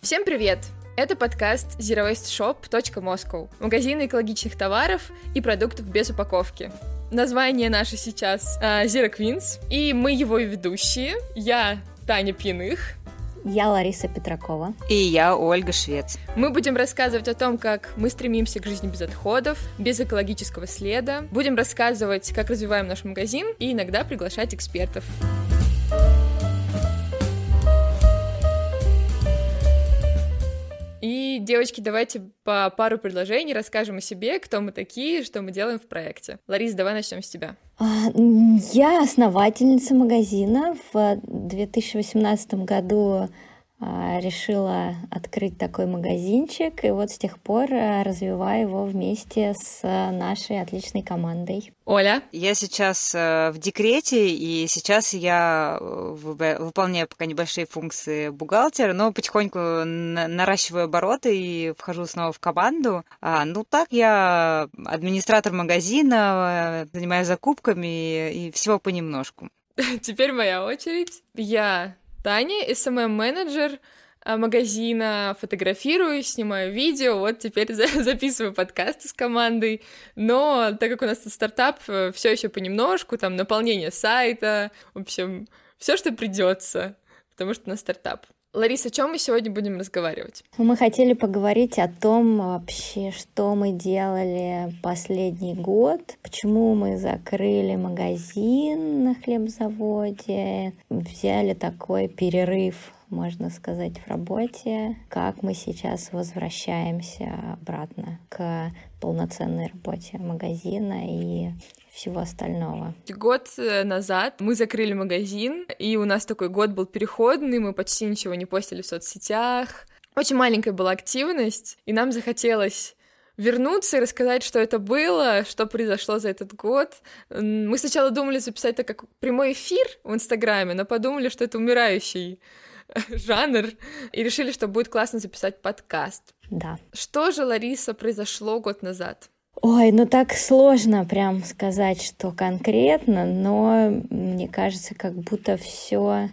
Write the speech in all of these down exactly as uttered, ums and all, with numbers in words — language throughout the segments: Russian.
Всем привет! Это подкаст zero waste shop точка moscow, магазин экологичных товаров и продуктов без упаковки. Название наше сейчас uh, Zero Queens, и мы его ведущие. Я Таня Пьяных. Я Лариса Петракова. И я Ольга Швец. Мы будем рассказывать о том, как мы стремимся к жизни без отходов, без экологического следа. Будем рассказывать, как развиваем наш магазин, и иногда приглашать экспертов. И, девочки, давайте по пару предложений расскажем о себе, кто мы такие, что мы делаем в проекте. Ларис, давай начнем с тебя. Я основательница магазина. В две тысячи восемнадцатом году решила открыть такой магазинчик, и вот с тех пор развиваю его вместе с нашей отличной командой. Оля? Я сейчас в декрете, и сейчас я выполняю пока небольшие функции бухгалтера, но потихоньку наращиваю обороты и вхожу снова в команду. А, ну так, я администратор магазина, занимаюсь закупками и всего понемножку. Теперь моя очередь. Я Таня, эс эм эм-менеджер магазина, фотографирую, снимаю видео, вот теперь записываю подкасты с командой, но так как у нас тут стартап, все еще понемножку, там наполнение сайта, в общем, все, что придется, потому что у нас стартап. Лариса, о чем мы сегодня будем разговаривать? Мы хотели поговорить о том вообще, что мы делали последний год, почему мы закрыли магазин на хлебзаводе, взяли такой перерыв, можно сказать, в работе, как мы сейчас возвращаемся обратно к полноценной работе магазина и всего остального. Год назад мы закрыли магазин, и у нас такой год был переходный, мы почти ничего не постили в соцсетях. Очень маленькая была активность, и нам захотелось вернуться и рассказать, что это было, что произошло за этот год. Мы сначала думали записать это как прямой эфир в Инстаграме, но подумали, что это умирающий жанр, и решили, что будет классно записать подкаст. Да. Что же, Лариса, произошло год назад? Ой, ну так сложно прям сказать, что конкретно, но мне кажется, как будто все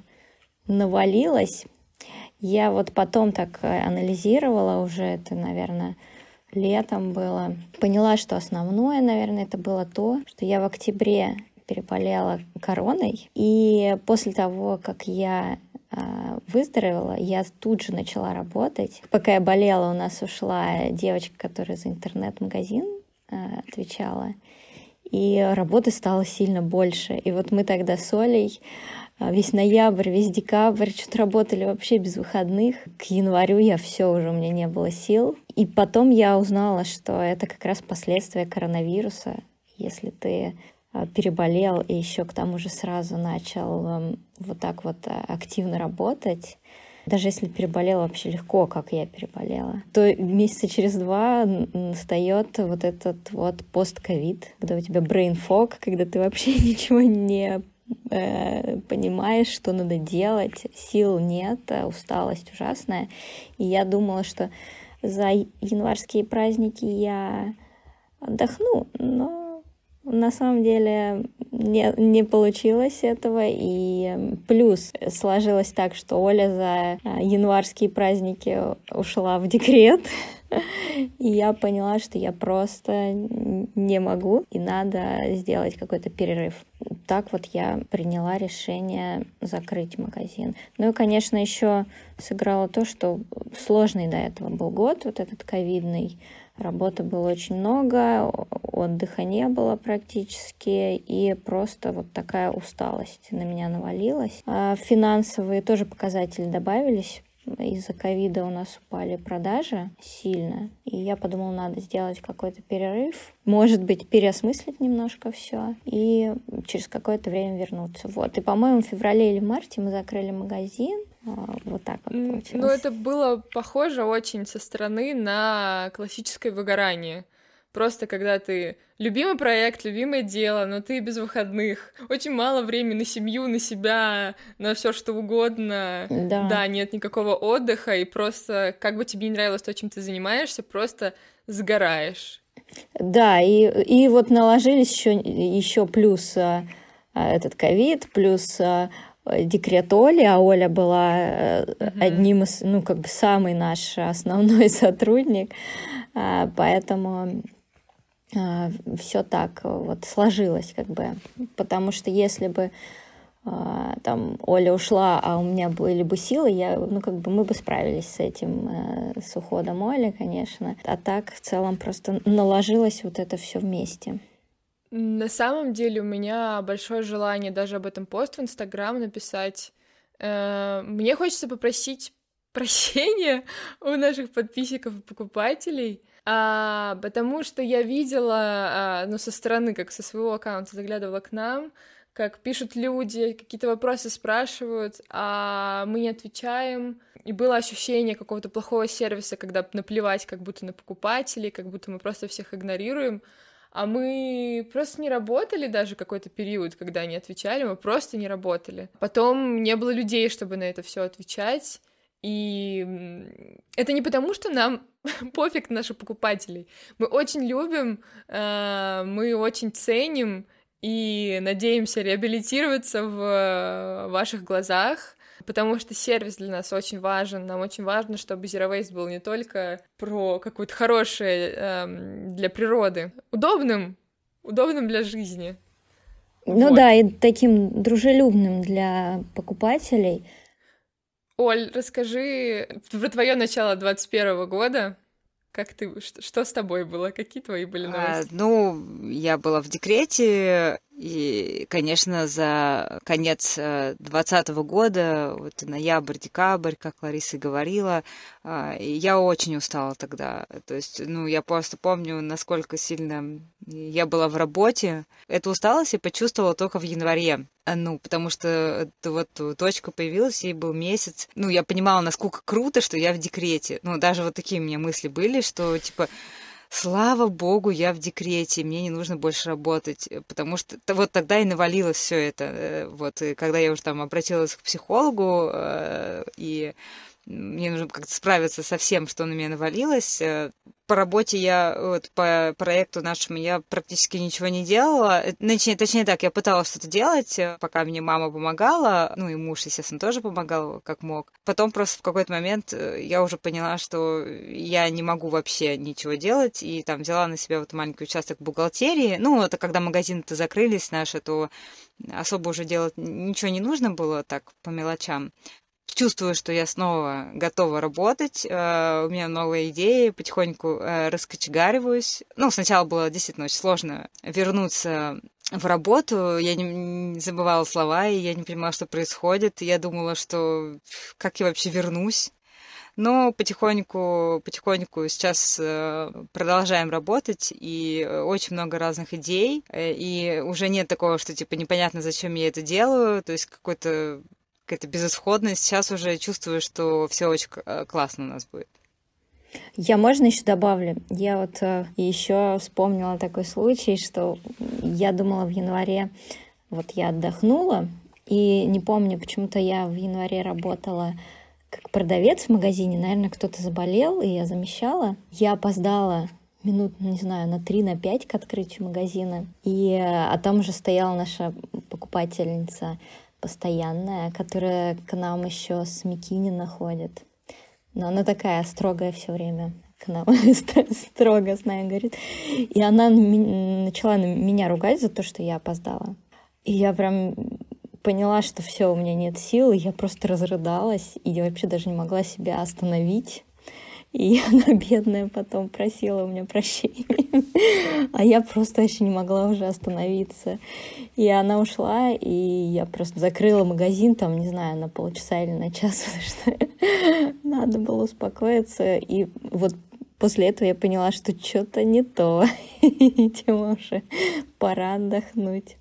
навалилось. Я вот потом так анализировала уже, это, наверное, летом было. Поняла, что основное, наверное, это было то, что я в октябре переболела короной, и после того, как я выздоровела, я тут же начала работать. Пока я болела, у нас ушла девочка, которая за интернет-магазин отвечала, и работы стало сильно больше. И вот мы тогда с Олей весь ноябрь, весь декабрь что-то работали вообще без выходных. К январю я все уже, у меня не было сил. И потом я узнала, что это как раз последствия коронавируса. Если ты переболел и еще к тому же сразу начал вот так вот активно работать, даже если переболела вообще легко, как я переболела, то месяца через два настает вот этот вот пост-ковид, когда у тебя brain fog, когда ты вообще ничего не э, понимаешь, что надо делать, сил нет, усталость ужасная. И я думала, что за январские праздники я отдохну, но на самом деле не, не получилось этого, и плюс сложилось так, что Оля за январские праздники ушла в декрет, и я поняла, что я просто не могу, и надо сделать какой-то перерыв. Так вот я приняла решение закрыть магазин. Ну и, конечно, еще сыграло то, что сложный до этого был год, вот этот ковидный. Работы было очень много, отдыха не было практически, и просто вот такая усталость на меня навалилась. А финансовые тоже показатели добавились. Из-за ковида у нас упали продажи сильно, и я подумала, надо сделать какой-то перерыв, может быть, переосмыслить немножко все и через какое-то время вернуться. Вот. И, по-моему, в феврале или в марте мы закрыли магазин. Вот так вот получилось. Ну, это было похоже очень со стороны на классическое выгорание. Просто когда ты любимый проект, любимое дело, но ты без выходных, очень мало времени на семью, на себя, на все что угодно. Да. Да, нет никакого отдыха, и просто, как бы тебе не нравилось то, чем ты занимаешься, просто сгораешь. Да, и, и вот наложились еще, еще плюс а, этот ковид, плюс а, декрет Оли, а Оля была mm-hmm. одним из, ну, как бы самый наш основной сотрудник, поэтому все так вот сложилось, как бы, потому что если бы там Оля ушла, а у меня были бы силы, я, ну, как бы мы бы справились с этим, с уходом Оли, конечно. А так в целом просто наложилось вот это все вместе. На самом деле у меня большое желание даже об этом пост в Инстаграм написать. Мне хочется попросить прощения у наших подписчиков и покупателей, потому что я видела, ну, со стороны, как со своего аккаунта заглядывала к нам, как пишут люди, какие-то вопросы спрашивают, а мы не отвечаем. И было ощущение какого-то плохого сервиса, когда наплевать как будто на покупателей, как будто мы просто всех игнорируем. А мы просто не работали даже какой-то период, когда они отвечали, мы просто не работали. Потом не было людей, чтобы на это все отвечать. И это не потому, что нам пофиг на наших покупателей. Мы очень любим, мы очень ценим и надеемся реабилитироваться в ваших глазах, потому что сервис для нас очень важен. Нам очень важно, чтобы Zero Waste был не только про какое-то хорошее эм, для природы, удобным, удобным для жизни. Ну вот. Да, и таким дружелюбным для покупателей. Оль, расскажи про твое начало двадцать первого года. Как ты, что, что с тобой было? Какие твои были новости? А, ну, я была в декрете, и, конечно, за конец двадцатого года, вот ноябрь, декабрь, как Лариса говорила, я очень устала тогда. То есть, ну, я просто помню, насколько сильно я была в работе. Эту усталость я почувствовала только в январе. Ну, потому что вот дочка появилась, ей был месяц. Ну, я понимала, насколько круто, что я в декрете. Ну, даже вот такие у меня мысли были, что, типа, слава богу, я в декрете, мне не нужно больше работать, потому что вот тогда и навалилось все это. Вот, и когда я уже там обратилась к психологу, и мне нужно как-то справиться со всем, что на меня навалилось. По работе я, вот, по проекту нашему я практически ничего не делала. Точнее, точнее так, я пыталась что-то делать, пока мне мама помогала, ну и муж, естественно, тоже помогал, как мог. Потом просто в какой-то момент я уже поняла, что я не могу вообще ничего делать, и там взяла на себя вот маленький участок бухгалтерии. Ну, это когда магазины-то закрылись наши, то особо уже делать ничего не нужно было, так, по мелочам. Чувствую, что я снова готова работать, uh, у меня новые идеи, потихоньку uh, раскочегариваюсь. Ну, сначала было действительно очень сложно вернуться в работу, я не, не забывала слова, и я не понимала, что происходит. Я думала, что как я вообще вернусь. Но потихоньку, потихоньку сейчас uh, продолжаем работать, и очень много разных идей, и уже нет такого, что типа непонятно, зачем я это делаю, то есть какой-то какая-то безысходность. Сейчас уже чувствую, что все очень классно у нас будет. Я, можно еще добавлю? Я вот э, еще вспомнила такой случай, что я думала в январе, вот я отдохнула, и не помню, почему-то я в январе работала как продавец в магазине, наверное, кто-то заболел, и я замещала. Я опоздала минут, не знаю, на три, на пять к открытию магазина, и, а там уже стояла наша покупательница постоянная, которая к нам еще с Микинина ходит. Но она такая строгая все время к нам, строго с нами говорит. И она начала меня ругать за то, что я опоздала. И я прям поняла, что все, у меня нет сил, и я просто разрыдалась, и я вообще даже не могла себя остановить. И она, бедная, потом просила у меня прощения. А я просто вообще не могла уже остановиться. И она ушла, и я просто закрыла магазин, там, не знаю, на полчаса или на час, потому что надо было успокоиться. И вот после этого я поняла, что что-то не то. Видимо, уже пора отдохнуть.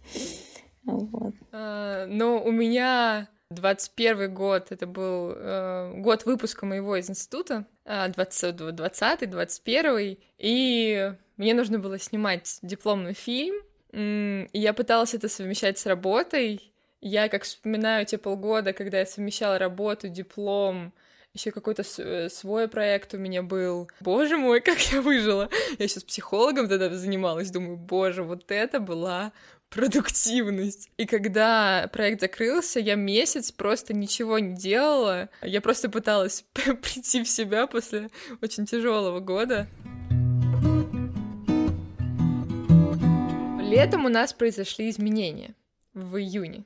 Вот. А, ну, у меня двадцать первый год, это был э, год выпуска моего из института, двадцатый, двадцать первый, и мне нужно было снимать дипломный фильм, и я пыталась это совмещать с работой. Я, как вспоминаю те полгода, когда я совмещала работу, диплом, еще какой-то свой проект у меня был. Боже мой, как я выжила! Я сейчас психологом тогда занималась, думаю, боже, вот это была продуктивность. И когда проект закрылся, я месяц просто ничего не делала. Я просто пыталась прийти в себя после очень тяжелого года. Летом у нас произошли изменения в июне.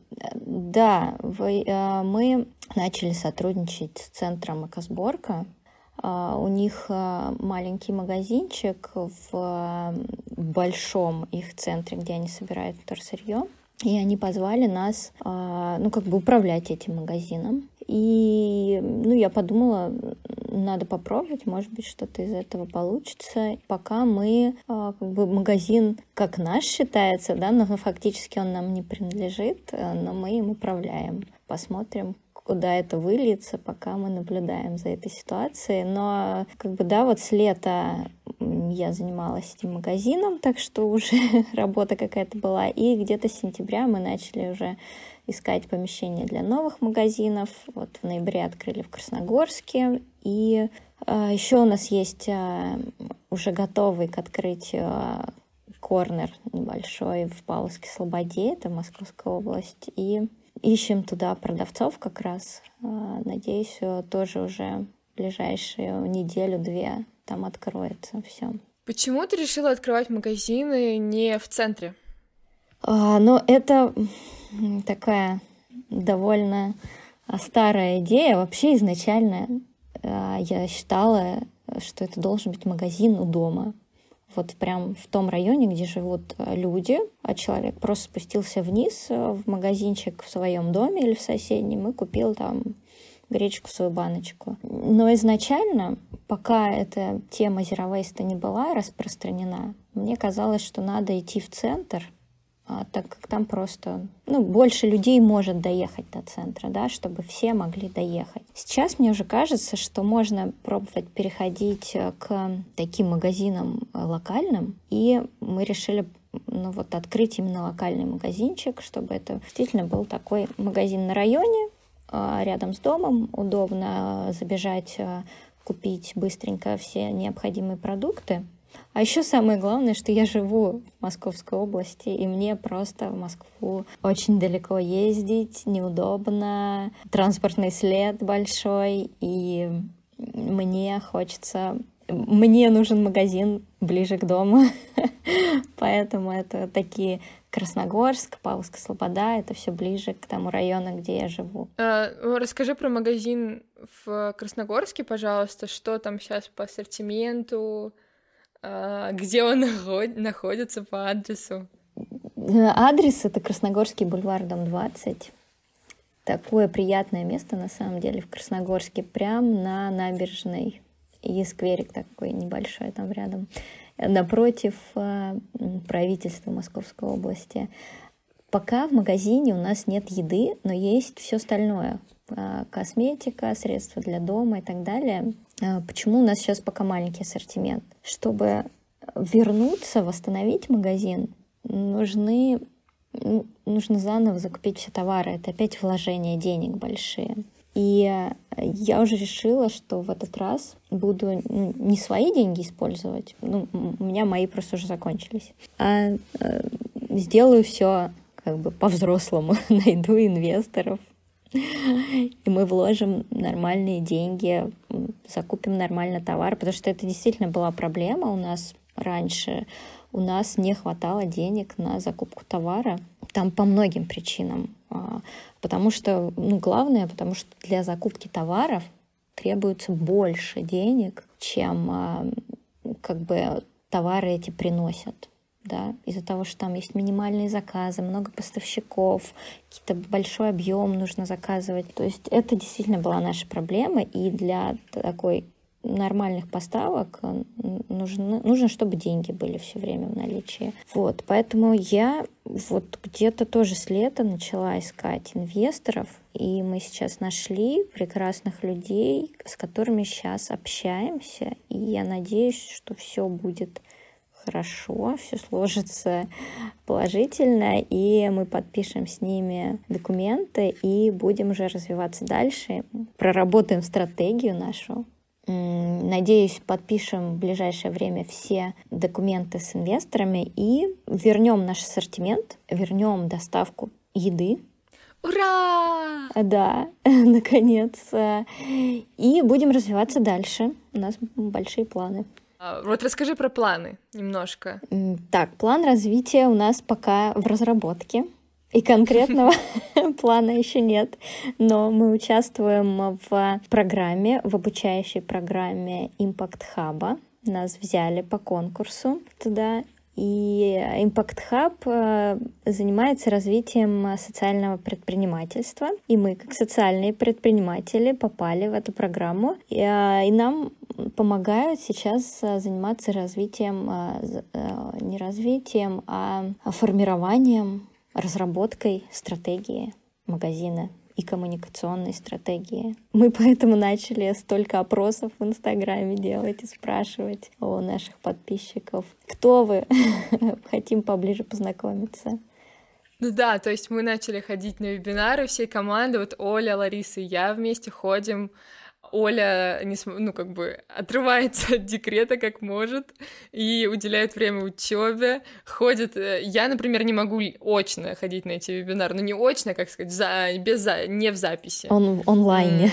Да, вы, мы начали сотрудничать с центром «Экосборка». У них маленький магазинчик в большом их центре, где они собирают вторсырье. И они позвали нас, ну, как бы управлять этим магазином. И, ну, я подумала, надо попробовать, может быть, что-то из этого получится. Пока мы, как бы, магазин как наш считается, да, но фактически он нам не принадлежит, но мы им управляем. Посмотрим, куда это выльется, пока мы наблюдаем за этой ситуацией. Но, как бы, да, вот с лета я занималась этим магазином, так что уже работа какая-то была. И где-то с сентября мы начали уже искать помещение для новых магазинов. Вот в ноябре открыли в Красногорске. И э, еще у нас есть э, уже готовый к открытию корнер небольшой в Павловске Слободе, это Московская область. И ищем туда продавцов как раз. Э, надеюсь, тоже уже в ближайшую неделю-две там откроется все. Почему ты решила открывать магазины не в центре? А, ну, это такая довольно старая идея. Вообще изначально а, я считала, что это должен быть магазин у дома. Вот прям в том районе, где живут люди, а человек просто спустился вниз в магазинчик в своем доме или в соседнем и купил там гречку в свою баночку. Но изначально, пока эта тема Zero Waste не была распространена, мне казалось, что надо идти в центр, а, так как там просто, ну, больше людей может доехать до центра, да, чтобы все могли доехать. Сейчас мне уже кажется, что можно пробовать переходить к таким магазинам локальным, и мы решили, ну, вот открыть именно локальный магазинчик, чтобы это действительно был такой магазин на районе, рядом с домом, удобно забежать, купить быстренько все необходимые продукты. А еще самое главное, что я живу в Московской области, и мне просто в Москву очень далеко ездить, неудобно, транспортный след большой, и мне хочется... Мне нужен магазин ближе к дому, поэтому это такие... Красногорск, Павловская Слобода, это все ближе к тому району, где я живу. А, расскажи про магазин в Красногорске, пожалуйста, что там сейчас по ассортименту, а, где он находится по адресу? Адрес — это Красногорский бульвар, дом двадцать. Такое приятное место, на самом деле, в Красногорске, прям на набережной. И скверик такой небольшой там рядом. Напротив правительства Московской области. Пока в магазине у нас нет еды, но есть все остальное. Косметика, средства для дома и так далее. Почему у нас сейчас пока маленький ассортимент? Чтобы вернуться, восстановить магазин, нужны, нужно заново закупить все товары. Это опять вложения денег большие. И я уже решила, что в этот раз буду, ну, не свои деньги использовать, ну, у меня мои просто уже закончились, а э, сделаю все как бы по-взрослому, найду инвесторов, и мы вложим нормальные деньги, закупим нормально товар, потому что это действительно была проблема у нас раньше. У нас не хватало денег на закупку товара. Там по многим причинам. Потому что, ну, главное, потому что для закупки товаров требуется больше денег, чем как бы товары эти приносят. Да? Из-за того, что там есть минимальные заказы, много поставщиков, какой-то большой объем нужно заказывать. То есть это действительно была наша проблема, и для такой нормальных поставок нужно, нужно, чтобы деньги были все время в наличии. Вот, поэтому я вот где-то тоже с лета начала искать инвесторов, и мы сейчас нашли прекрасных людей, с которыми сейчас общаемся, и я надеюсь, что все будет хорошо, все сложится положительно, и мы подпишем с ними документы и будем уже развиваться дальше, проработаем стратегию нашу, Надеюсь, подпишем в ближайшее время все документы с инвесторами и вернем наш ассортимент, вернем доставку еды. Ура! Да, наконец. И будем развиваться дальше. У нас большие планы. Вот расскажи про планы немножко. Так, план развития у нас пока в разработке. И конкретного плана еще нет, но мы участвуем в программе, в обучающей программе Impact Hub. Нас взяли по конкурсу туда. И Impact Hub занимается развитием социального предпринимательства. И мы, как социальные предприниматели, попали в эту программу. И, и нам помогают сейчас заниматься развитием, не развитием, а формированием, разработкой стратегии магазина и коммуникационной стратегии. Мы поэтому начали столько опросов в Инстаграме делать и спрашивать у наших подписчиков, кто вы, хотим поближе познакомиться. Ну да, то есть мы начали ходить на вебинары всей команды, вот Оля, Лариса и я вместе ходим. Оля, ну, как бы отрывается от декрета как может и уделяет время учебе, ходит... Я, например, не могу очно ходить на эти вебинары, ну, не очно, как сказать, за... без за... не в записи. Он в онлайне.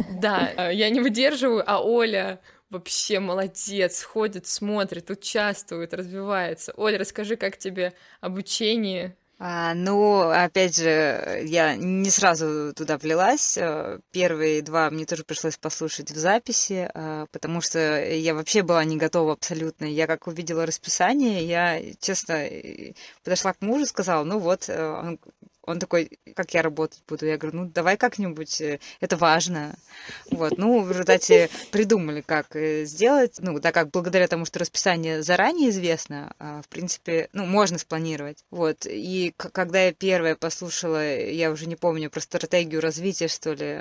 Да, я не выдерживаю, а Оля вообще молодец, ходит, смотрит, участвует, развивается. Оля, расскажи, как тебе обучение? А, ну, опять же, я не сразу туда влилась. Первые два мне тоже пришлось послушать в записи, потому что я вообще была не готова абсолютно. Я как увидела расписание, я, честно, подошла к мужу, сказала, ну вот, он, он такой, как я работать буду? Я говорю, ну давай как-нибудь, это важно. Вот, ну, в результате придумали, как сделать. Ну, так как благодаря тому, что расписание заранее известно, в принципе, ну, можно спланировать. Вот, и когда я первая послушала, я уже не помню, про стратегию развития, что ли,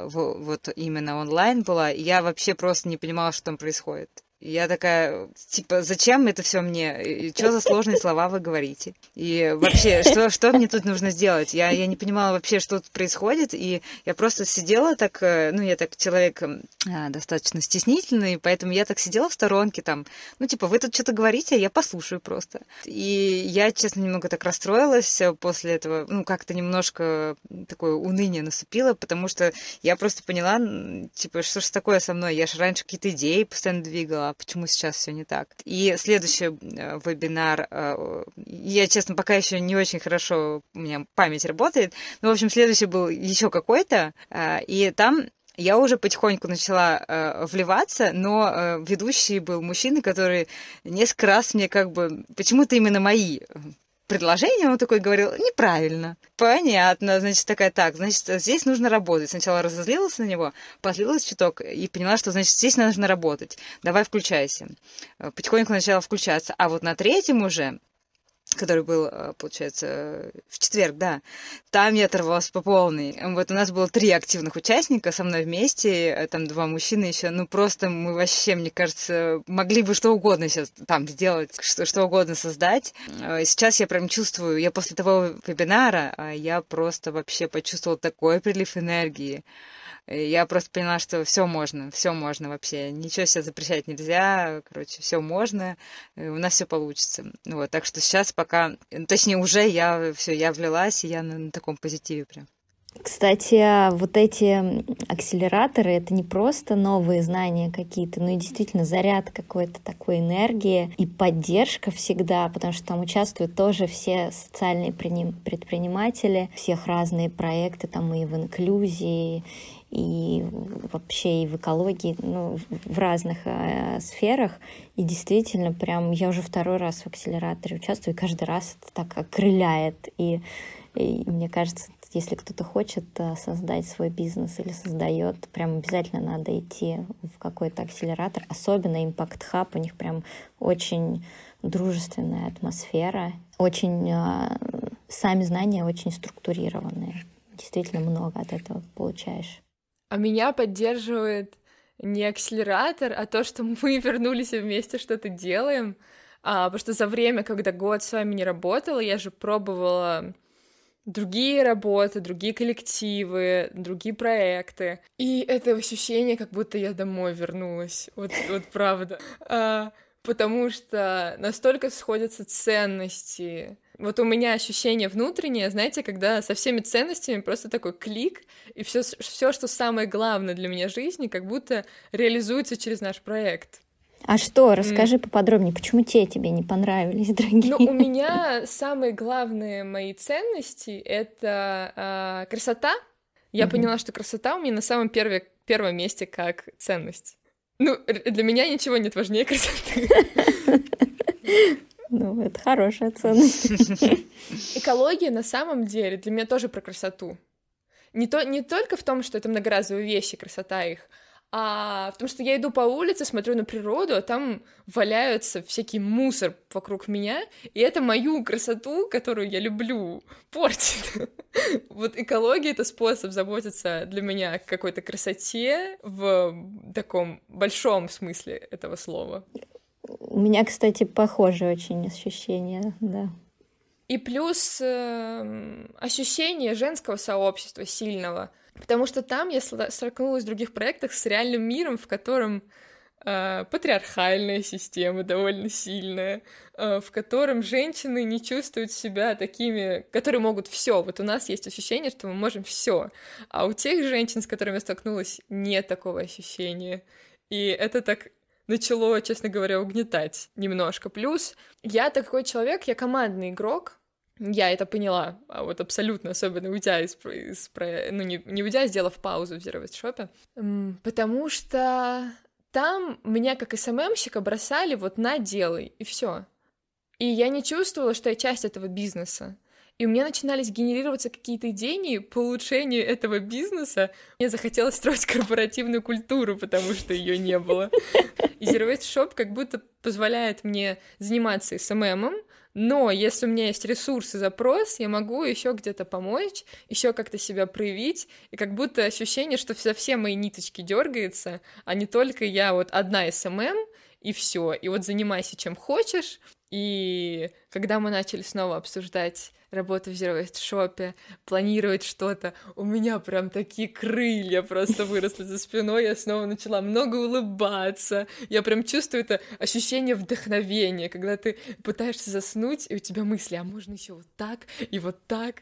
вот именно онлайн была, я вообще просто не понимала, что там происходит. Я такая, типа, зачем это все мне? И что за сложные слова вы говорите? И вообще, что, что мне тут нужно сделать? Я, я не понимала вообще, что тут происходит, и я просто сидела так, ну, я так человек а, достаточно стеснительный, поэтому я так сидела в сторонке там, ну, типа, вы тут что-то говорите, а я послушаю просто. И я, честно, немного так расстроилась после этого, ну, как-то немножко такое уныние наступило, потому что я просто поняла, типа, что ж такое со мной? Я же раньше какие-то идеи постоянно двигала, а почему сейчас все не так. И следующий вебинар, я, честно, пока еще не очень хорошо, у меня память работает, но, в общем, следующий был еще какой-то, и там я уже потихоньку начала э, вливаться, но э, ведущий был мужчина, который несколько раз мне как бы, почему-то именно мои предложение, он такой говорил, неправильно. Понятно, значит, такая, так, значит, здесь нужно работать. Сначала разозлилась на него, позлилась чуток и поняла, что, значит, здесь нужно работать. Давай включайся. Потихоньку начала включаться. А вот на третьем уже, который был, получается, в четверг, да, там я оторвалась по полной. Вот у нас было три активных участника со мной вместе, там два мужчины еще, ну просто мы вообще, мне кажется, могли бы что угодно сейчас там сделать, что, что угодно создать. Сейчас я прям чувствую, я после того вебинара, я просто вообще почувствовала такой прилив энергии. Я просто поняла, что все можно, все можно вообще, ничего себе запрещать нельзя, короче, все можно, у нас все получится. Вот, так что сейчас пока, точнее уже я все, я влилась, и я на, на таком позитиве прям. Кстати, вот эти акселераторы — это не просто новые знания какие-то, но и действительно заряд какой-то такой энергии и поддержка всегда, потому что там участвуют тоже все социальные предприниматели, всех разные проекты, там и в инклюзии, и вообще и в экологии, ну, в разных э, сферах. И действительно, прям я уже второй раз в акселераторе участвую, и каждый раз это так окрыляет. И, и мне кажется, если кто-то хочет создать свой бизнес или создает, прям обязательно надо идти в какой-то акселератор. Особенно Impact Hub, у них прям очень дружественная атмосфера, очень э, сами знания очень структурированные. Действительно много от этого получаешь. А меня поддерживает не акселератор, а то, что мы вернулись и вместе что-то делаем. А, потому что за время, когда год с вами не работала, я же пробовала другие работы, другие коллективы, другие проекты. И это ощущение, как будто я домой вернулась. Вот, вот правда. А, потому что настолько сходятся ценности. Вот у меня ощущение внутреннее, знаете, когда со всеми ценностями просто такой клик, и все, все, что самое главное для меня в жизни, как будто реализуется через наш проект. А что, расскажи mm. поподробнее, почему те тебе не понравились, дорогие? Ну, у меня самые главные мои ценности — это э, красота. Я mm-hmm. поняла, что красота у меня на самом перве, первом месте как ценность. Ну, для меня ничего нет важнее красоты. Ну, это хорошая ценность. Экология на самом деле для меня тоже про красоту. Не, то, не только в том, что это многоразовые вещи, красота их, а в том, что я иду по улице, смотрю на природу, а там валяются всякий мусор вокруг меня, и это мою красоту, которую я люблю, портит. Вот экология — это способ заботиться для меня о какой-то красоте в таком большом смысле этого слова. У меня, кстати, похожие очень ощущения, да. И плюс э, ощущение женского сообщества сильного, потому что там я столкнулась в других проектах с реальным миром, в котором э, патриархальная система довольно сильная, э, в котором женщины не чувствуют себя такими, которые могут все. Вот у нас есть ощущение, что мы можем все, а у тех женщин, с которыми я столкнулась, нет такого ощущения. И это так начало, честно говоря, угнетать немножко. Плюс я такой человек, я командный игрок, я это поняла, а вот абсолютно, особенно уйдя из, из ну не, не уйдя, а сделав паузу в Zero Waste Shop, потому что там меня как эс эм эм-щика бросали вот на делай, и все. И я не чувствовала, что я часть этого бизнеса. И у меня начинались генерироваться какие-то идеи по улучшению этого бизнеса. Мне захотелось строить корпоративную культуру, потому что ее не было. И Zero Waste Shop как будто позволяет мне заниматься эс эм эм-ом, но если у меня есть ресурс и запрос, я могу еще где-то помочь, еще как-то себя проявить, и как будто ощущение, что все мои ниточки дергаются, а не только я вот одна эс эм эм, и все. И вот занимайся чем хочешь. И когда мы начали снова обсуждать работу в Zero Waste Shop, планировать что-то, у меня прям такие крылья просто выросли за спиной, я снова начала много улыбаться, я прям чувствую это ощущение вдохновения, когда ты пытаешься заснуть, и у тебя мысли, а можно еще вот так и вот так.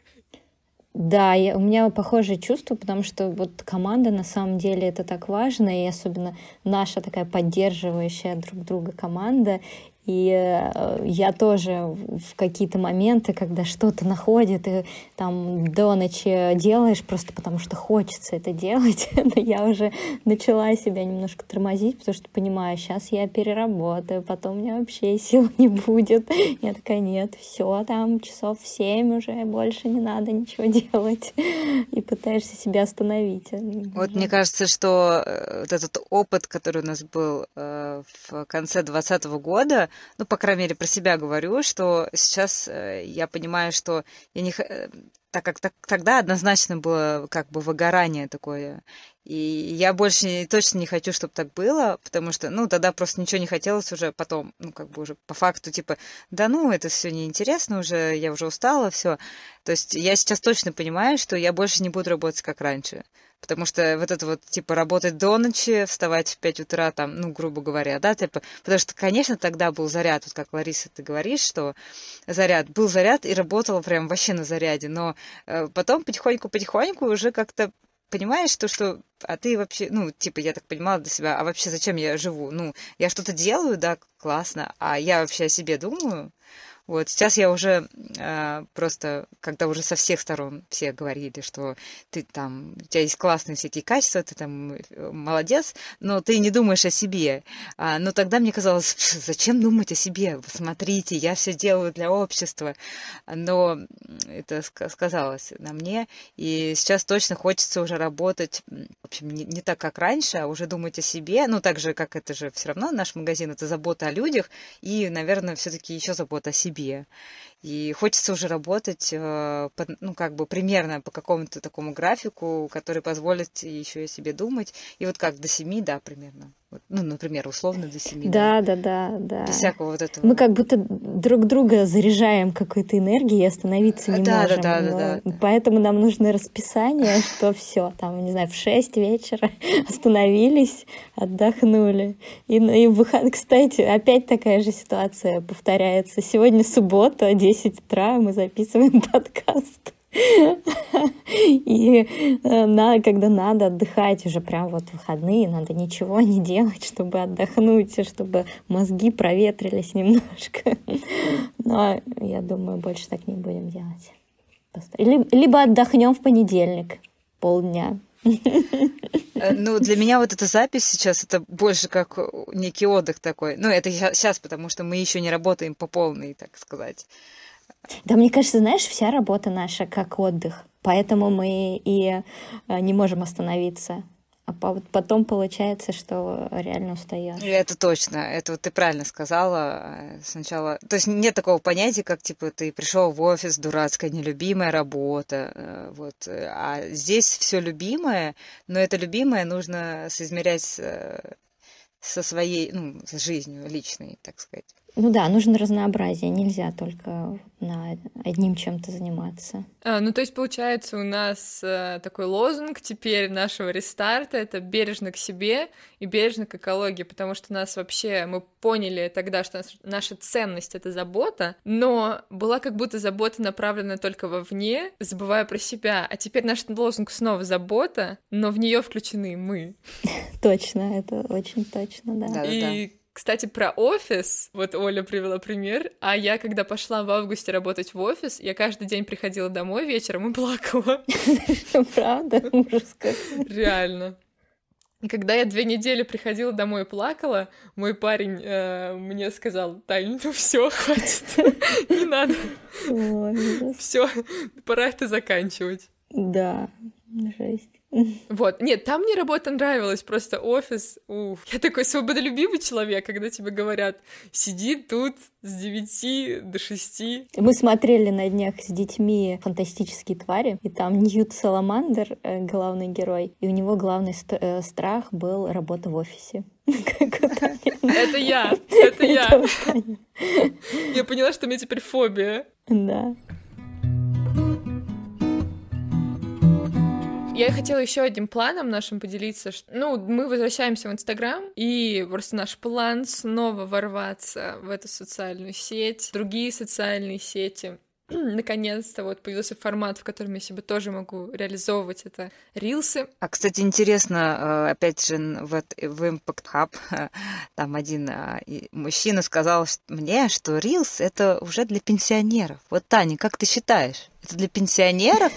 Да, я, у меня похожее чувство, потому что вот команда на самом деле это так важно, и особенно наша такая поддерживающая друг друга команда. И э, я тоже в какие-то моменты, когда что-то находит, и там до ночи делаешь просто потому, что хочется это делать, но я уже начала себя немножко тормозить, потому что понимаю, сейчас я переработаю, потом у меня вообще сил не будет. Я такая, нет, все, там часов в семь уже, больше не надо ничего делать. И пытаешься себя остановить. Вот мне кажется, что вот этот опыт, который у нас был в конце двадцатого года, ну, по крайней мере, про себя говорю, что сейчас э, я понимаю, что я не... так как так, тогда однозначно было как бы выгорание такое, и я больше точно не хочу, чтобы так было, потому что, ну, тогда просто ничего не хотелось уже потом, ну, как бы уже по факту, типа, да ну, это все неинтересно уже, я уже устала, все. То есть я сейчас точно понимаю, что я больше не буду работать как раньше. Потому что вот это вот, типа, работать до ночи, вставать в пять утра, там, ну, грубо говоря, да, типа, потому что, конечно, тогда был заряд, вот как, Лариса, ты говоришь, что заряд, был заряд и работала прям вообще на заряде, но э, потом потихоньку-потихоньку уже как-то понимаешь, то, что, а ты вообще, ну, типа, я так понимала для себя, а вообще зачем я живу? Ну, я что-то делаю, да, классно, а я вообще о себе думаю. Вот, сейчас я уже э, просто, когда уже со всех сторон все говорили, что ты там, у тебя есть классные всякие качества, ты там молодец, но ты не думаешь о себе. А, но тогда мне казалось, зачем думать о себе? Смотрите, я все делаю для общества. Но это сказалось на мне, и сейчас точно хочется уже работать, в общем, не, не так, как раньше, а уже думать о себе. Ну, так же, как это же все равно наш магазин, это забота о людях, и, наверное, все-таки еще забота о себе. И хочется уже работать, ну, как бы примерно по какому-то такому графику, который позволит еще о себе думать. И вот как до семи, да, примерно. Ну, например, условно до семи. Да, да, да, да. Без всякого вот этого. Мы как будто друг друга заряжаем какой-то энергией, и остановиться не да, можем. Да, да, да, да. Поэтому нам нужно расписание, что все, там, не знаю, в шесть вечера остановились, отдохнули. И, и в выход... Кстати, опять такая же ситуация повторяется. Сегодня суббота, десять утра, мы записываем подкаст. И на, когда надо отдыхать уже прям вот в выходные, надо ничего не делать, чтобы отдохнуть, чтобы мозги проветрились немножко. Но я думаю, больше так не будем делать. Либо отдохнем в понедельник полдня. Ну, для меня вот эта запись сейчас, это больше как некий отдых такой. Ну, это сейчас, потому что мы еще не работаем по полной, так сказать. Да, мне кажется, знаешь, вся работа наша как отдых, поэтому мы и не можем остановиться. А потом получается, что реально устаешь. Это точно, это вот ты правильно сказала сначала. То есть нет такого понятия, как типа ты пришел в офис, дурацкая нелюбимая работа, вот. А здесь все любимое, но это любимое нужно соизмерять со своей, ну, с жизнью личной, так сказать. Ну да, нужно разнообразие, нельзя только на одним чем-то заниматься. А, ну то есть получается у нас э, такой лозунг теперь нашего рестарта — это бережно к себе и бережно к экологии, потому что у нас вообще, мы поняли тогда, что нас, наша ценность — это забота, но была как будто забота направлена только вовне, забывая про себя, а теперь наш лозунг снова забота, но в нее включены мы. Точно, это очень точно, да. И кстати, про офис, вот Оля привела пример, а я, когда пошла в августе работать в офис, я каждый день приходила домой вечером и плакала. Правда? Ужас какой. Реально. И когда я две недели приходила домой и плакала, мой парень э, мне сказал: Тань, ну все, хватит, не надо. Все, пора это заканчивать. Да, жесть. Вот, нет, там мне работа нравилась, просто офис, уф. Я такой свободолюбивый человек, когда тебе говорят: сиди тут с девяти до шести. Мы смотрели на днях с детьми «Фантастические твари», и там Ньют Саламандер, главный герой, и у него главный ст- страх был работа в офисе. Это я, это я. Я поняла, что у меня теперь фобия. Да. Я хотела еще одним планом нашим поделиться. Что, ну, мы возвращаемся в Инстаграм, и просто наш план снова ворваться в эту социальную сеть, другие социальные сети. Наконец-то вот появился формат, в котором я себе тоже могу реализовывать это рилсы. А, кстати, интересно, опять же, в, в Impact Hub там один мужчина сказал мне, что рилс — это уже для пенсионеров. Вот, Таня, как ты считаешь, это для пенсионеров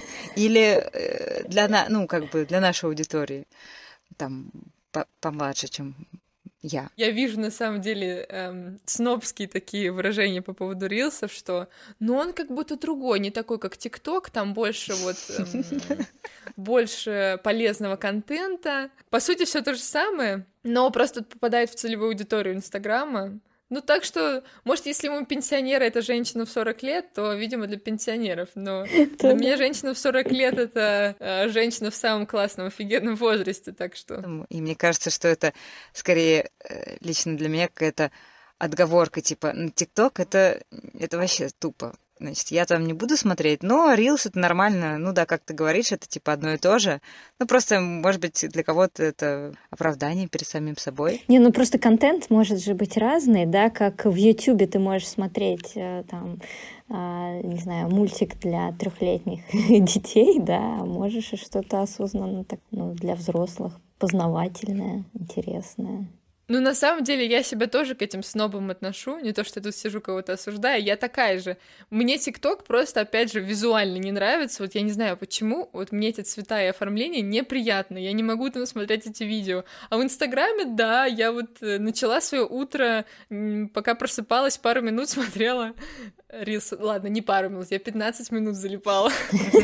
или для, ну, как бы для нашей аудитории, там, помладше, чем я? Я вижу, на самом деле, эм, снобские такие выражения по поводу рилсов, что, ну, он как будто другой, не такой, как ТикТок, там больше вот, эм, больше полезного контента. По сути, все то же самое, но просто попадает в целевую аудиторию Инстаграма. Ну, так что, может, если мы пенсионеры — это женщина в сорок лет, то, видимо, для пенсионеров. Но для меня женщина в сорок лет — это э, женщина в самом классном, офигенном возрасте, так что... И мне кажется, что это скорее лично для меня какая-то отговорка, типа, ну, ТикТок — это, это вообще тупо. Значит, я там не буду смотреть, но Reels — это нормально. Ну да, как ты говоришь, это типа одно и то же. Ну просто, может быть, для кого-то это оправдание перед самим собой. Не, ну просто контент может же быть разный, да, как в Ютубе ты можешь смотреть там, не знаю, мультик для трехлетних детей, да, а можешь и что-то осознанно так, ну, для взрослых, познавательное, интересное. Ну, на самом деле, я себя тоже к этим снобам отношу, не то, что я тут сижу кого-то осуждаю, я такая же. Мне ТикТок просто, опять же, визуально не нравится, вот я не знаю почему, вот мне эти цвета и оформление неприятны, я не могу там смотреть эти видео. А в Инстаграме, да, я вот начала свое утро, пока просыпалась, пару минут смотрела рилс. Ладно, не пару минут, я пятнадцать минут залипала.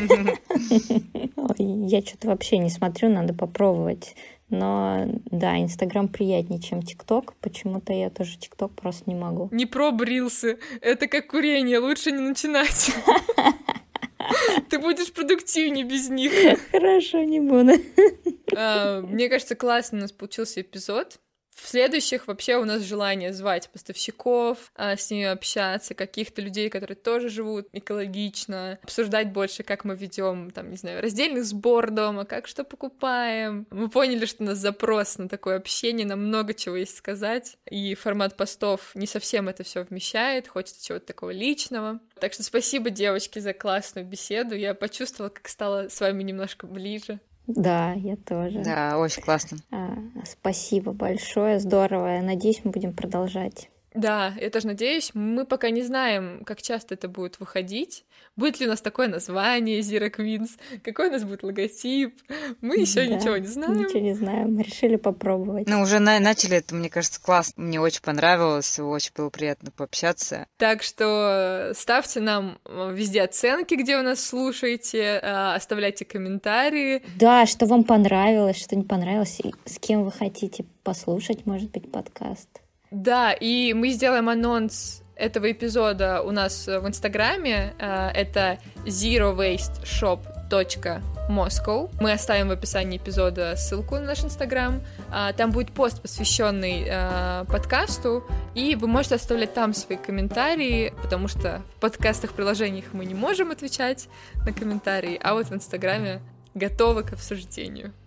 Я что-то вообще не смотрю, надо попробовать. Но да, Инстаграм приятнее, чем ТикТок. Почему-то я тоже ТикТок просто не могу. Не пробуй рилсы. Это как курение, лучше не начинать. Ты будешь продуктивнее без них. Хорошо, не буду. Мне кажется, классный у нас получился эпизод. В следующих вообще у нас желание звать поставщиков, с ними общаться, каких-то людей, которые тоже живут экологично, обсуждать больше, как мы ведем, там, не знаю, раздельный сбор дома, как что покупаем. Мы поняли, что у нас запрос на такое общение, нам много чего есть сказать, и формат постов не совсем это все вмещает, хочется чего-то такого личного. Так что спасибо, девочки, за классную беседу. Я почувствовала, как стала с вами немножко ближе. Да, я тоже. Да, очень классно. А, спасибо большое, здорово. Надеюсь, мы будем продолжать. Да, я тоже надеюсь. Мы пока не знаем, как часто это будет выходить. Будет ли у нас такое название Zero Queens? Какой у нас будет логотип? Мы еще да, ничего не знаем. Ничего не знаем. Решили попробовать. Ну, уже на- начали, это, мне кажется, классно. Мне очень понравилось, очень было приятно пообщаться. Так что ставьте нам везде оценки, где вы нас слушаете, оставляйте комментарии. Да, что вам понравилось, что не понравилось, и с кем вы хотите послушать, может быть, подкаст. Да, и мы сделаем анонс этого эпизода у нас в Инстаграме. Это zero waste shop dot moscow. Мы оставим в описании эпизода ссылку на наш Инстаграм. Там будет пост, посвященный подкасту, и вы можете оставлять там свои комментарии, потому что в подкастах, приложениях мы не можем отвечать на комментарии, а вот в Инстаграме готовы к обсуждению.